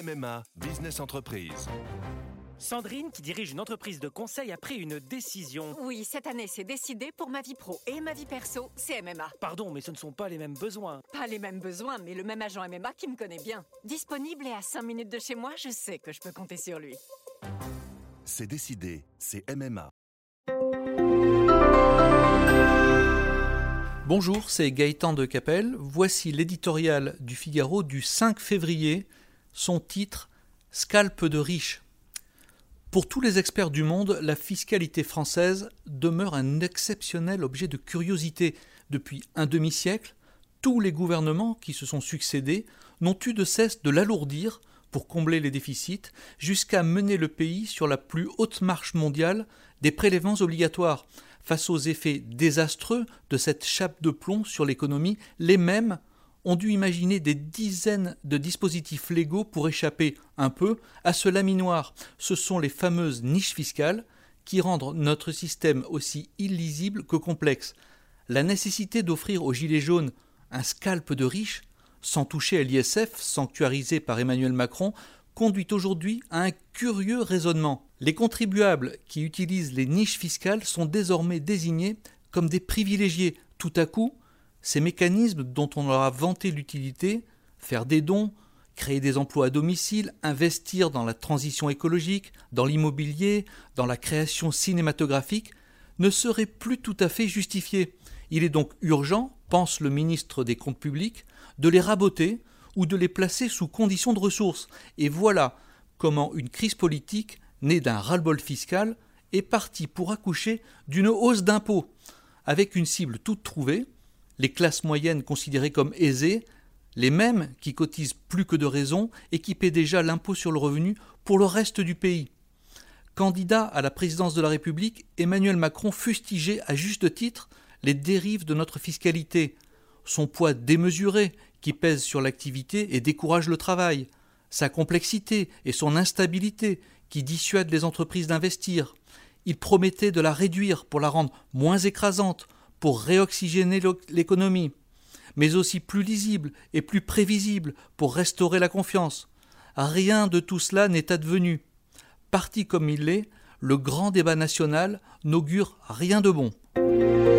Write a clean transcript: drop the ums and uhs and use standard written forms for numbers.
MMA Business Entreprise. Sandrine, qui dirige une entreprise de conseil, a pris une décision. Oui, cette année, c'est décidé pour ma vie pro et ma vie perso, c'est MMA. Pardon, mais ce ne sont pas les mêmes besoins. Pas les mêmes besoins, mais le même agent MMA qui me connaît bien. Disponible et à 5 minutes de chez moi, je sais que je peux compter sur lui. C'est décidé, c'est MMA. Bonjour, c'est Gaëtan de Capelle. Voici l'éditorial du Figaro du 5 février. Son titre « Scalp de riches ». Pour tous les experts du monde, la fiscalité française demeure un exceptionnel objet de curiosité. Depuis un demi-siècle, tous les gouvernements qui se sont succédés n'ont eu de cesse de l'alourdir pour combler les déficits, jusqu'à mener le pays sur la plus haute marche mondiale des prélèvements obligatoires. Face aux effets désastreux de cette chape de plomb sur l'économie, les mêmes ont dû imaginer des dizaines de dispositifs légaux pour échapper un peu à ce laminoir. Ce sont les fameuses niches fiscales qui rendent notre système aussi illisible que complexe. La nécessité d'offrir aux gilets jaunes un scalp de riches, sans toucher à l'ISF, sanctuarisé par Emmanuel Macron, conduit aujourd'hui à un curieux raisonnement. Les contribuables qui utilisent les niches fiscales sont désormais désignés comme des privilégiés. Tout à coup, ces mécanismes dont on leur a vanté l'utilité, faire des dons, créer des emplois à domicile, investir dans la transition écologique, dans l'immobilier, dans la création cinématographique, ne seraient plus tout à fait justifiés. Il est donc urgent, pense le ministre des Comptes publics, de les raboter ou de les placer sous conditions de ressources. Et voilà comment une crise politique, née d'un ras-le-bol fiscal, est partie pour accoucher d'une hausse d'impôts, avec une cible toute trouvée, les classes moyennes considérées comme aisées, les mêmes qui cotisent plus que de raison et qui paient déjà l'impôt sur le revenu pour le reste du pays. Candidat à la présidence de la République, Emmanuel Macron fustigeait à juste titre les dérives de notre fiscalité, son poids démesuré qui pèse sur l'activité et décourage le travail, sa complexité et son instabilité qui dissuadent les entreprises d'investir. Il promettait de la réduire pour la rendre moins écrasante, pour réoxygéner l'économie, mais aussi plus lisible et plus prévisible pour restaurer la confiance. Rien de tout cela n'est advenu. Parti comme il l'est, le grand débat national n'augure rien de bon.